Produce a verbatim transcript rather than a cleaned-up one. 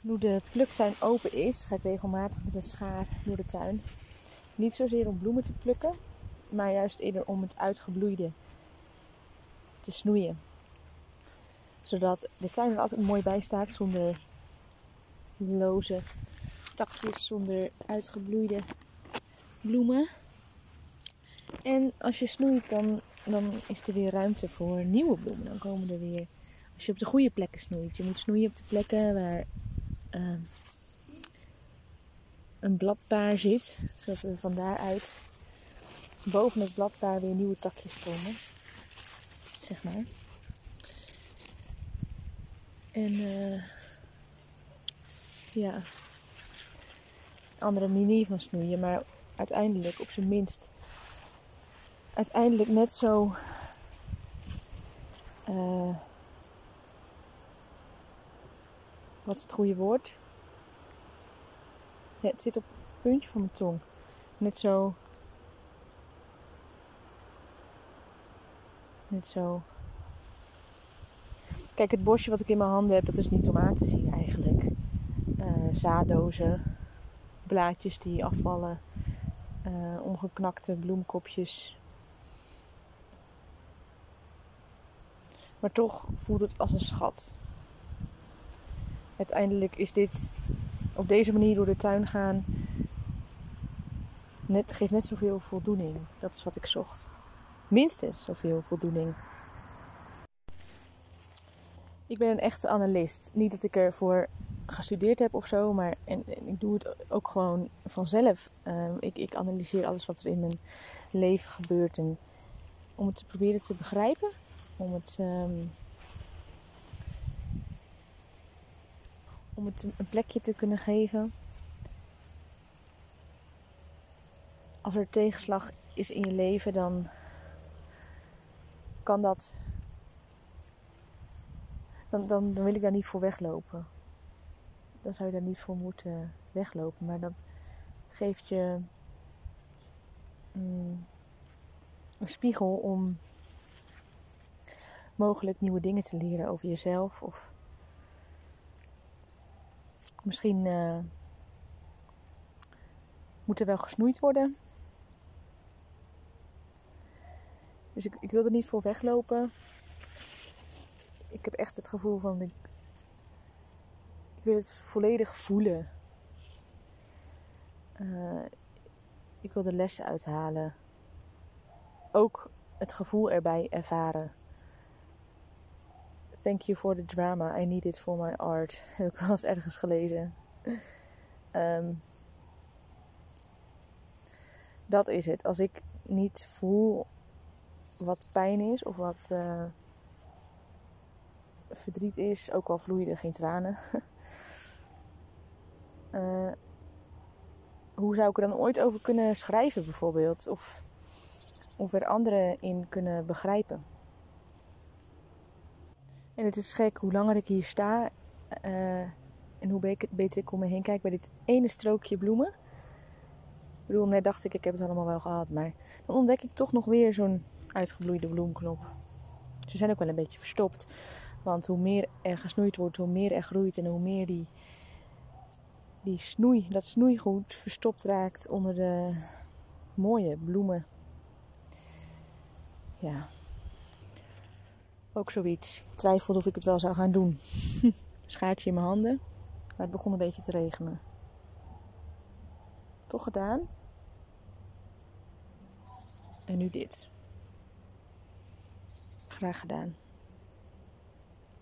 Nu de pluktuin open is, ga ik regelmatig met een schaar door de tuin. Niet zozeer om bloemen te plukken, maar juist eerder om het uitgebloeide te snoeien. Zodat de tuin er altijd mooi bij staat, zonder loze takjes, zonder uitgebloeide bloemen. En als je snoeit, dan, dan is er weer ruimte voor nieuwe bloemen. Dan komen er weer, als je op de goede plekken snoeit. Je moet snoeien op de plekken waar uh, een bladpaar zit. Zodat er van daaruit boven het bladpaar weer nieuwe takjes komen. Zeg maar. En uh, ja, andere manier van snoeien. Maar uiteindelijk op zijn minst uiteindelijk net zo uh, wat is het goede woord? Ja, het zit op het puntje van mijn tong. Net zo net zo kijk, het bosje wat ik in mijn handen heb, dat is niet om aan te zien eigenlijk. Uh, zaaddozen, blaadjes die afvallen, uh, omgeknakte bloemkopjes. Maar toch voelt het als een schat. Uiteindelijk is dit op deze manier door de tuin gaan net, geeft net zoveel voldoening. Dat is wat ik zocht. Minstens zoveel voldoening. Ik ben een echte analist. Niet dat ik ervoor gestudeerd heb of zo, maar en, en ik doe het ook gewoon vanzelf. Uh, ik, ik analyseer alles wat er in mijn leven gebeurt. En om het te proberen te begrijpen, om het, um, om het een plekje te kunnen geven. Als er tegenslag is in je leven, dan kan dat. Dan, dan, dan wil ik daar niet voor weglopen. Dan zou je daar niet voor moeten weglopen. Maar dat geeft je mm, een spiegel om mogelijk nieuwe dingen te leren over jezelf. Of misschien uh, moet er wel gesnoeid worden. Dus ik, ik wil er niet voor weglopen. Ik heb echt het gevoel van, ik, ik wil het volledig voelen. Uh, ik wil de lessen uithalen. Ook het gevoel erbij ervaren. Thank you for the drama. I need it for my art. Heb ik wel eens ergens gelezen. Um, dat is het. Als ik niet voel wat pijn is of wat uh, verdriet is, ook al vloeien er geen tranen. uh, hoe zou ik er dan ooit over kunnen schrijven bijvoorbeeld? Of, of er anderen in kunnen begrijpen? En het is gek hoe langer ik hier sta uh, en hoe beter ik om me heen kijk bij dit ene strookje bloemen. Ik bedoel, net dacht ik, ik heb het allemaal wel gehad, maar dan ontdek ik toch nog weer zo'n uitgebloeide bloemknop. Ze zijn ook wel een beetje verstopt, want hoe meer er gesnoeid wordt, hoe meer er groeit en hoe meer die, die snoei, dat snoeigoed verstopt raakt onder de mooie bloemen. Ja. Ook zoiets. Ik twijfelde of ik het wel zou gaan doen. Schaartje in mijn handen. Maar het begon een beetje te regenen. Toch gedaan. En nu dit. Graag gedaan.